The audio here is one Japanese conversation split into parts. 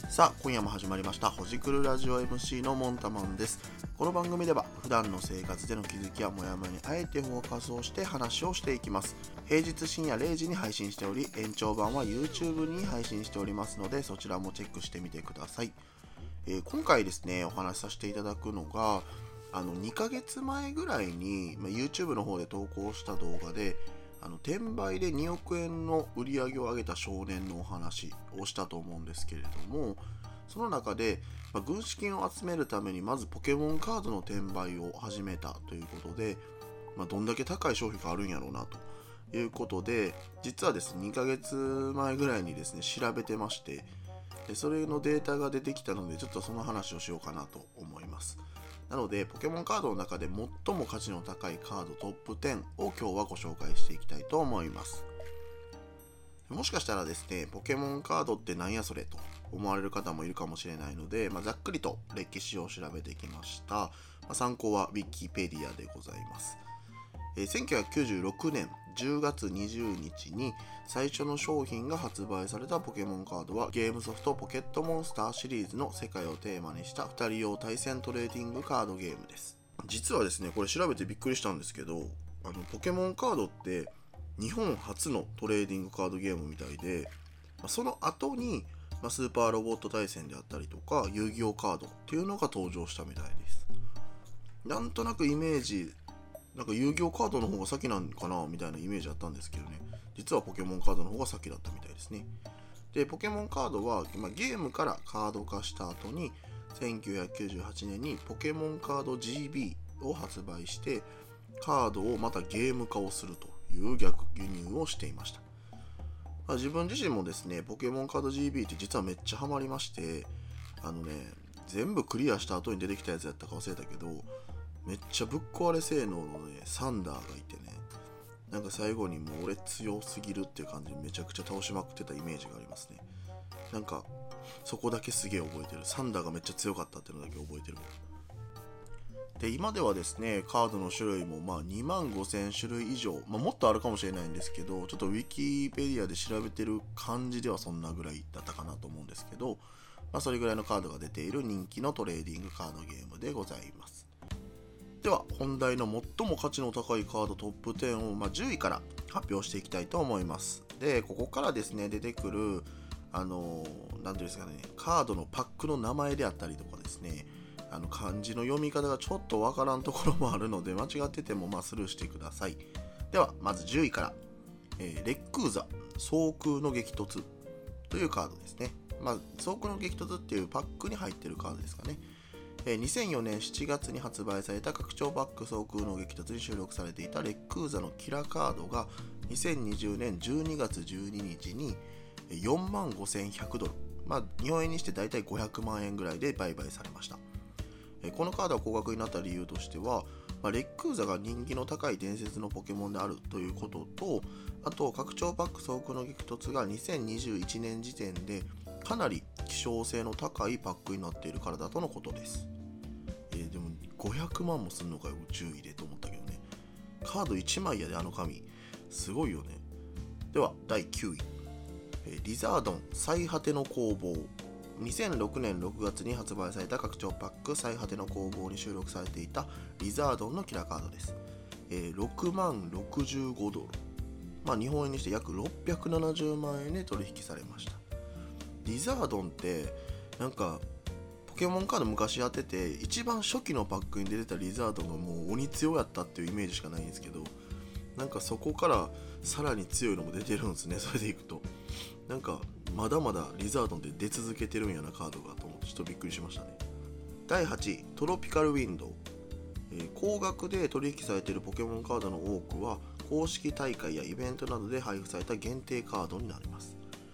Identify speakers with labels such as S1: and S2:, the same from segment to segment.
S1: さあ今夜も始まりましたほじくるラジオ MC のモンタマンです。この番組では普段の生活での気づきやモヤモヤにあえてフォーカスをして話をしていきます。平日深夜0時に配信しており、延長版は YouTube に配信しておりますので、そちらもチェックしてみてください。今回ですねお話しさせていただくのが2ヶ月前ぐらいに、YouTube の方で投稿した動画で転売で2億円の売り上げを上げた少年のお話をしたと思うんですけれども、その中で、軍資金を集めるためにまずポケモンカードの転売を始めたということで、どんだけ高い消費があるんやろうなということで、実はですね2ヶ月前ぐらいにですね調べてまして、それのデータが出てきたのでちょっとその話をしようかなと思います。なのでポケモンカードの中で最も価値の高いカードトップ10を今日はご紹介していきたいと思います。もしかしたらですねポケモンカードってなんやそれと思われる方もいるかもしれないので、ざっくりと歴史を調べてきました。参考は Wikipedia でございます。1996年10月20日に最初の商品が発売されたポケモンカードはゲームソフトポケットモンスターシリーズの世界をテーマにした2人用対戦トレーディングカードゲームです。実はですねこれ調べてびっくりしたんですけど、ポケモンカードって日本初のトレーディングカードゲームみたいで、その後にスーパーロボット対戦であったりとか遊戯王カードっていうのが登場したみたいです。なんとなくイメージ遊戯王カードの方が先なんかなみたいなイメージあったんですけどね、実はポケモンカードの方が先だったみたいですね。でポケモンカードは、ゲームからカード化した後に1998年にポケモンカード GB を発売してカードをまたゲーム化をするという逆輸入をしていました。自分自身もですねポケモンカード GB って実はめっちゃハマりまして、全部クリアした後に出てきたやつやったか忘れたけど、めっちゃぶっ壊れ性能のねサンダーがいてね、最後にもう俺強すぎるっていう感じでめちゃくちゃ倒しまくってたイメージがありますね。そこだけすげえ覚えてる。サンダーがめっちゃ強かったっていうのだけ覚えてる。で今ではですねカードの種類も2万5000種類以上、もっとあるかもしれないんですけど、ちょっとウィキペディアで調べてる感じではそんなぐらいだったかなと思うんですけど、それぐらいのカードが出ている人気のトレーディングカードゲームでございます。では本題の最も価値の高いカードトップ10を10位から発表していきたいと思います。でここからですね出てくる何ていうんですかね、カードのパックの名前であったりとかですね、漢字の読み方がちょっとわからんところもあるので間違っててもスルーしてください。ではまず10位から、レックーザ総空の激突というカードですね。総空の激突っていうパックに入っているカードですかね。2004年7月に発売された拡張パック総空の激突に収録されていたレックーザのキラカードが2020年12月12日に45,100ドル、日本円にしてだいたい500万円ぐらいで売買されました。このカードが高額になった理由としては、レックーザが人気の高い伝説のポケモンであるということと、あと拡張パック総空の激突が2021年時点でかなり希少性の高いパックになっているからだとのことです。でも500万もすんのかよ10位でと思ったけどね。カード1枚やで紙すごいよね。では第9位、リザードン最果ての攻防。2006年6月に発売された拡張パック最果ての攻防に収録されていたリザードンのキラカードです。6万65ドル、日本円にして約670万円で取引されました。リザードンってポケモンカード昔やってて一番初期のパックに出てたリザードンがもう鬼強やったっていうイメージしかないんですけど、そこからさらに強いのも出てるんですね。それでいくとまだまだリザードンって出続けてるんやなカードがと思ってちょっとびっくりしましたね。第8位トロピカルウィンドウ。高額で取引されているポケモンカードの多くは公式大会やイベントなどで配布された限定カードになります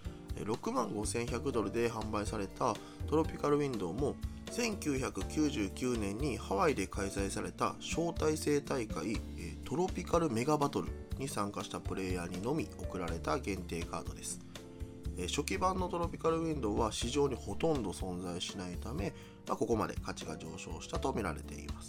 S1: 。65,100ドルで販売されたトロピカルウィンドウも1999年にハワイで開催された招待制大会トロピカルメガバトルに参加したプレイヤーにのみ贈られた限定カードです。初期版のトロピカルウィンドウは市場にほとんど存在しないため、ここまで価値が上昇したと見られています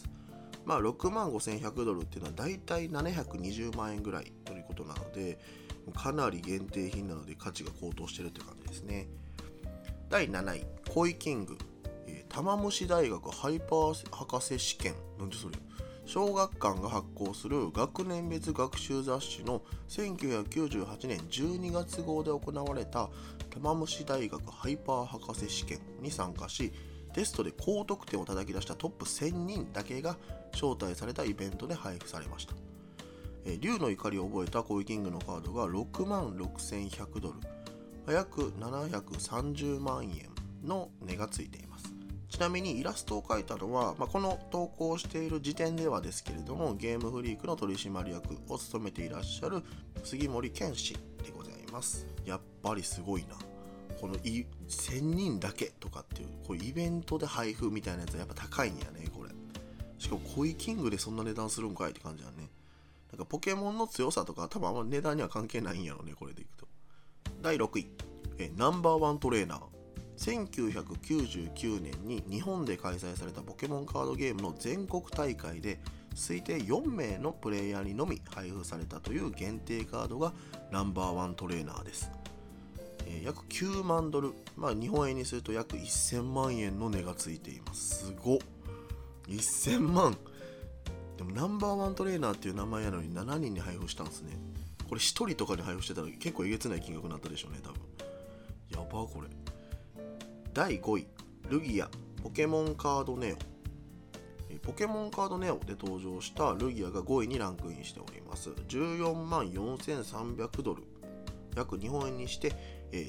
S1: 。65,100ドルっていうのはだいたい720万円ぐらいということなので、かなり限定品なので価値が高騰しているという感じですね。 第7位コイキング、玉虫大学ハイパー博士試験。なんでそれ。小学館が発行する学年別学習雑誌の1998年12月号で行われた玉虫大学ハイパー博士試験に参加し、テストで高得点を叩き出したトップ1000人だけが招待されたイベントで配布されました。竜の怒りを覚えたコイキングのカードが66,100ドル、約730万円の値がついています。ちなみにイラストを描いたのは、この投稿している時点ではですけれども、ゲームフリークの取締役を務めていらっしゃる杉森健氏でございます。やっぱりすごいな。この1000人だけとかっていう、こういうイベントで配布みたいなやつはやっぱ高いんやね、これ。しかもコイキングでそんな値段するんかいって感じだね。なんかポケモンの強さとか多分あんま値段には関係ないんやろね、これでいくと。第6位、ナンバーワントレーナー。1999年に日本で開催されたポケモンカードゲームの全国大会で推定4名のプレイヤーにのみ配布されたという限定カードがナンバーワントレーナーです。約9万ドル、日本円にすると約1000万円の値がついています。すごっ。1000万。でもナンバーワントレーナーっていう名前やのに7人に配布したんですね。これ1人とかに配布してたら結構えげつない金額になったでしょうね、多分。やばこれ。第5位、ルギアポケモンカードネオ。ポケモンカードネオで登場したルギアが5位にランクインしております。14万4300ドル、約日本円にして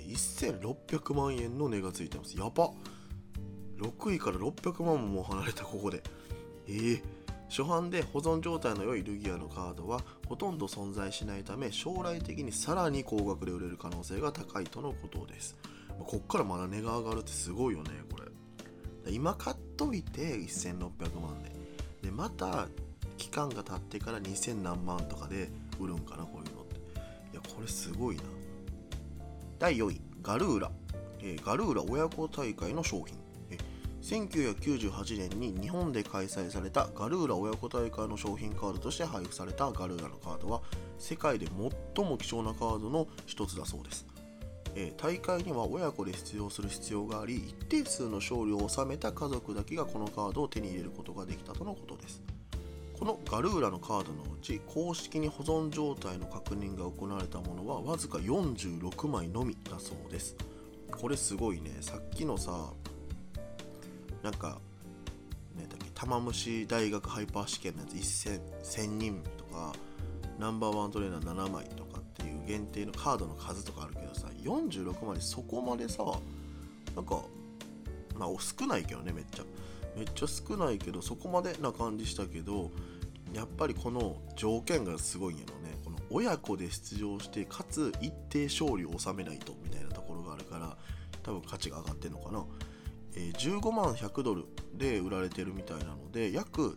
S1: 1600万円の値がついてます。やば。6位から600万も離れたここで。初版で保存状態の良いルギアのカードはほとんど存在しないため、将来的にさらに高額で売れる可能性が高いとのことです。こっからまだ値が上がるってすごいよね、これ。今買っといて1600万でまた期間が経ってから2000何万とかで売るんかな、こういうのって。いや、これすごいな。第4位、ガルーラ。ガルーラ親子大会の商品。1998年に日本で開催されたガルーラ親子大会の商品カードとして配布されたガルーラのカードは世界で最も貴重なカードの一つだそうです。大会には親子で出場する必要があり、一定数の勝利を収めた家族だけがこのカードを手に入れることができたとのことです。このガルーラのカードのうち公式に保存状態の確認が行われたものはわずか46枚のみだそうです。これすごいね。さっきのさ、なんか玉虫大学ハイパー試験のやつ1000人とかナンバーワントレーナー7枚とかっていう限定のカードの数とかあるけどさ、46枚でそこまでさ、なんか少ないけどね、めっちゃ少ないけどそこまでな感じしたけど、やっぱりこの条件がすごいんやろね。この親子で出場してかつ一定勝利を収めないとみたいなところがあるから、多分価値が上がってんのかな。15万100ドルで売られてるみたいなので、約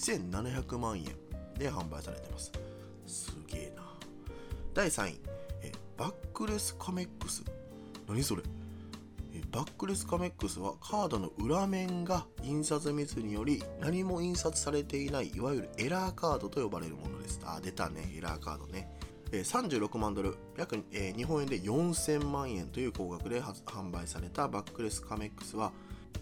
S1: 1700万円で販売されてます。すげえな。第3位、バックレスカメックス。何それ。バックレスカメックスはカードの裏面が印刷ミスにより何も印刷されていない、いわゆるエラーカードと呼ばれるものです。出たね、エラーカードね。36万ドル、約、日本円で4000万円という高額で販売されたバックレスカメックスは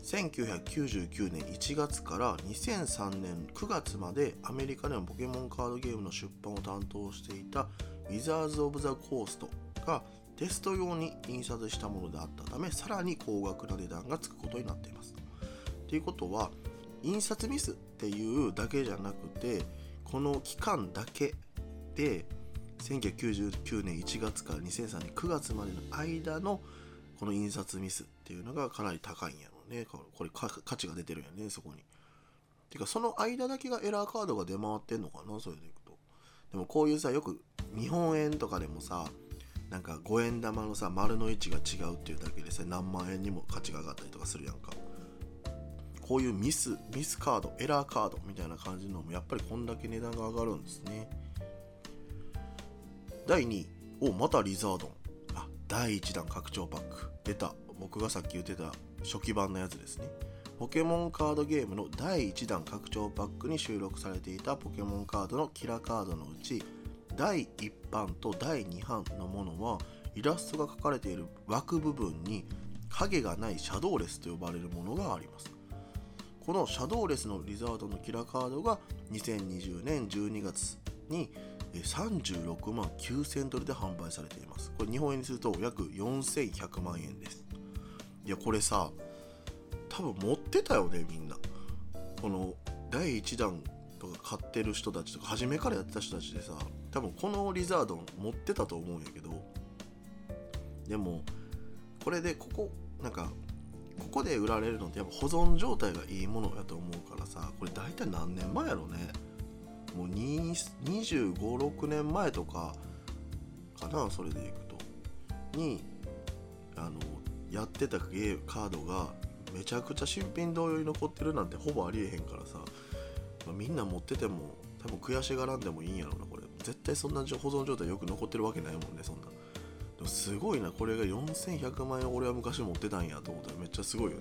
S1: 1999年1月から2003年9月までアメリカでのポケモンカードゲームの出版を担当していたウィザーズ・オブ・ザ・コーストがテスト用に印刷したものであったため、さらに高額な値段がつくことになっています。ということは、印刷ミスっていうだけじゃなくて、この期間だけで1999年1月から2003年9月までの間のこの印刷ミスっていうのがかなり高いんやろうね。これ価値が出てるんやね、そこに。てかその間だけがエラーカードが出回ってんのかな、それでいくと。でもこういうさ、よく日本円とかでもさ、なんか5円玉のさ、丸の位置が違うっていうだけでさ、何万円にも価値が上がったりとかするやんか。こういうミスカード、エラーカードみたいな感じのもやっぱりこんだけ値段が上がるんですね。第2位、またリザードン。第1弾拡張パック出た。僕がさっき言ってた初期版のやつですね。ポケモンカードゲームの第1弾拡張パックに収録されていたポケモンカードのキラカードのうち、第1版と第2版のものはイラストが描かれている枠部分にハゲがないシャドウレスと呼ばれるものがあります。このシャドウレスのリザードのキラカードが2020年12月に36万9000ドルで販売されています。これ日本円にすると約4100万円です。いやこれさ、多分持ってたよねみんな。この第1弾とか買ってる人たちとか初めからやってた人たちでさ、多分このリザードン持ってたと思うんやけど、でもこれでここで売られるのってやっぱ保存状態がいいものやと思うからさ、これ大体何年前やろね。もう25、6年前とかかな、それでいくとにやってたカードがめちゃくちゃ新品同様に残ってるなんてほぼありえへんからさ、みんな持ってても多分悔しがらんでもいいんやろな。これ絶対そんな保存状態よく残ってるわけないもんね、そんな。でもすごいな、これが4100万円俺は昔持ってたんやと思ったらめっちゃすごいよね。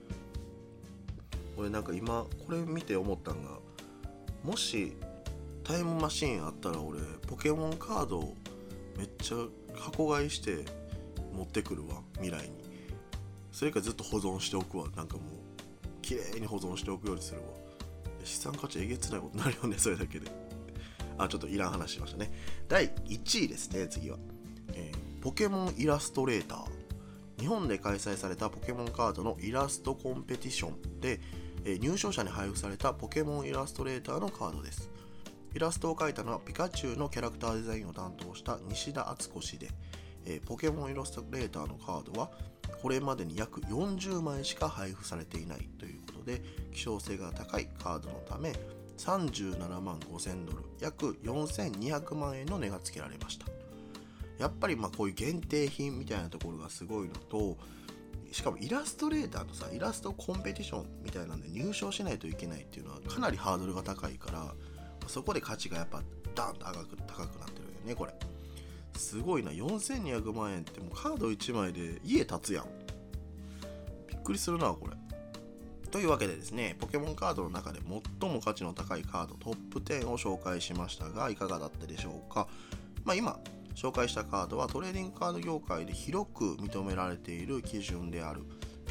S1: 俺なんか今これ見て思ったんが、もしタイムマシーンあったら俺ポケモンカードをめっちゃ箱買いして持ってくるわ、未来に。それかずっと保存しておくわ。なんかもう綺麗に保存しておくようにするわ。資産価値えげつないことになるよね、それだけで。ちょっといらん話しましたね。第1位ですね、次は、ポケモンイラストレーター。日本で開催されたポケモンカードのイラストコンペティションで、入賞者に配布されたポケモンイラストレーターのカードです。イラストを描いたのはピカチュウのキャラクターデザインを担当した西田敦子氏で、ポケモンイラストレーターのカードはこれまでに約40枚しか配布されていないということで、希少性が高いカードのため37万5000ドル、約4200万円の値がつけられました。やっぱりこういう限定品みたいなところがすごいのと、しかもイラストレーターのさ、イラストコンペティションみたいなんで入賞しないといけないっていうのはかなりハードルが高いから、そこで価値がやっぱダーンと高くなってるよね。これすごいな。4200万円ってもうカード1枚で家建つやん。びっくりするなこれ。というわけでですね、ポケモンカードの中で最も価値の高いカードトップ10を紹介しましたが、いかがだったでしょうか。今紹介したカードはトレーディングカード業界で広く認められている基準である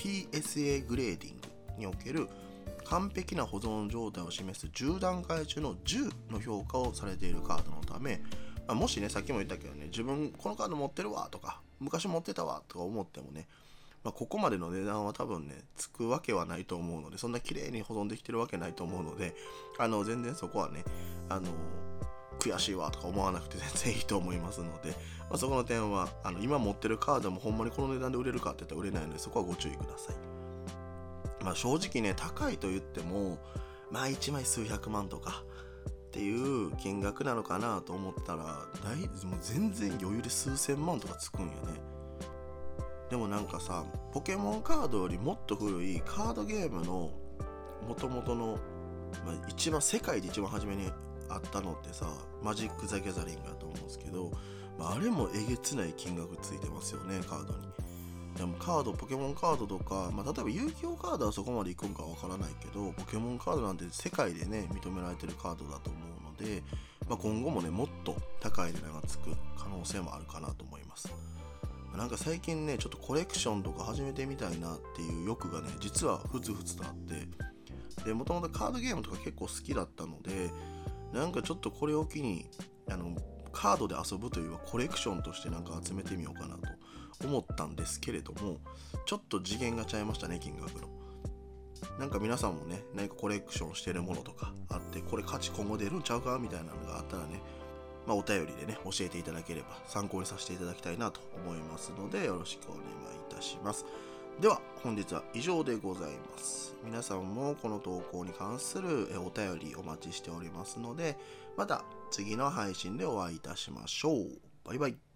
S1: PSA グレーディングにおける完璧な保存状態を示す10段階中の10の評価をされているカードのため、もしね、さっきも言ったけどね、自分このカード持ってるわとか昔持ってたわとか思ってもね、ここまでの値段は多分ねつくわけはないと思うので、そんな綺麗に保存できてるわけないと思うので、全然そこはね悔しいわとか思わなくて全然いいと思いますので、そこの点は今持ってるカードもほんまにこの値段で売れるかって言ったら売れないので、そこはご注意ください。正直ね、高いと言っても1枚数百万とかっていう金額なのかなと思ったら、もう全然余裕で数千万とかつくんよね。でもなんかさ、ポケモンカードよりもっと古いカードゲームの元々の、一番世界で一番初めにあったのってさ、マジック・ザ・ギャザリングだと思うんですけど、あれもえげつない金額ついてますよね、カードに。でもポケモンカードとか、例えば遊戯王カードはそこまでいくんかわからないけど、ポケモンカードなんて世界でね認められてるカードだと思うので、今後もねもっと高い値段がつく可能性もあるかなと思います。なんか最近ねちょっとコレクションとか始めてみたいなっていう欲がね実はふつふつとあって、でもともとカードゲームとか結構好きだったので、なんかちょっとこれを機にカードで遊ぶというかコレクションとしてなんか集めてみようかなと思ったんですけれども、ちょっと次元がちゃいましたね、金額の。なんか皆さんもね何かコレクションしてるものとかあって、これ価値今後出るんちゃうかみたいなのがあったらね、お便りでね教えていただければ参考にさせていただきたいなと思いますので、よろしくお願いいたします。では本日は以上でございます。皆さんもこの投稿に関するお便りお待ちしておりますので、また次の配信でお会いいたしましょう。バイバイ。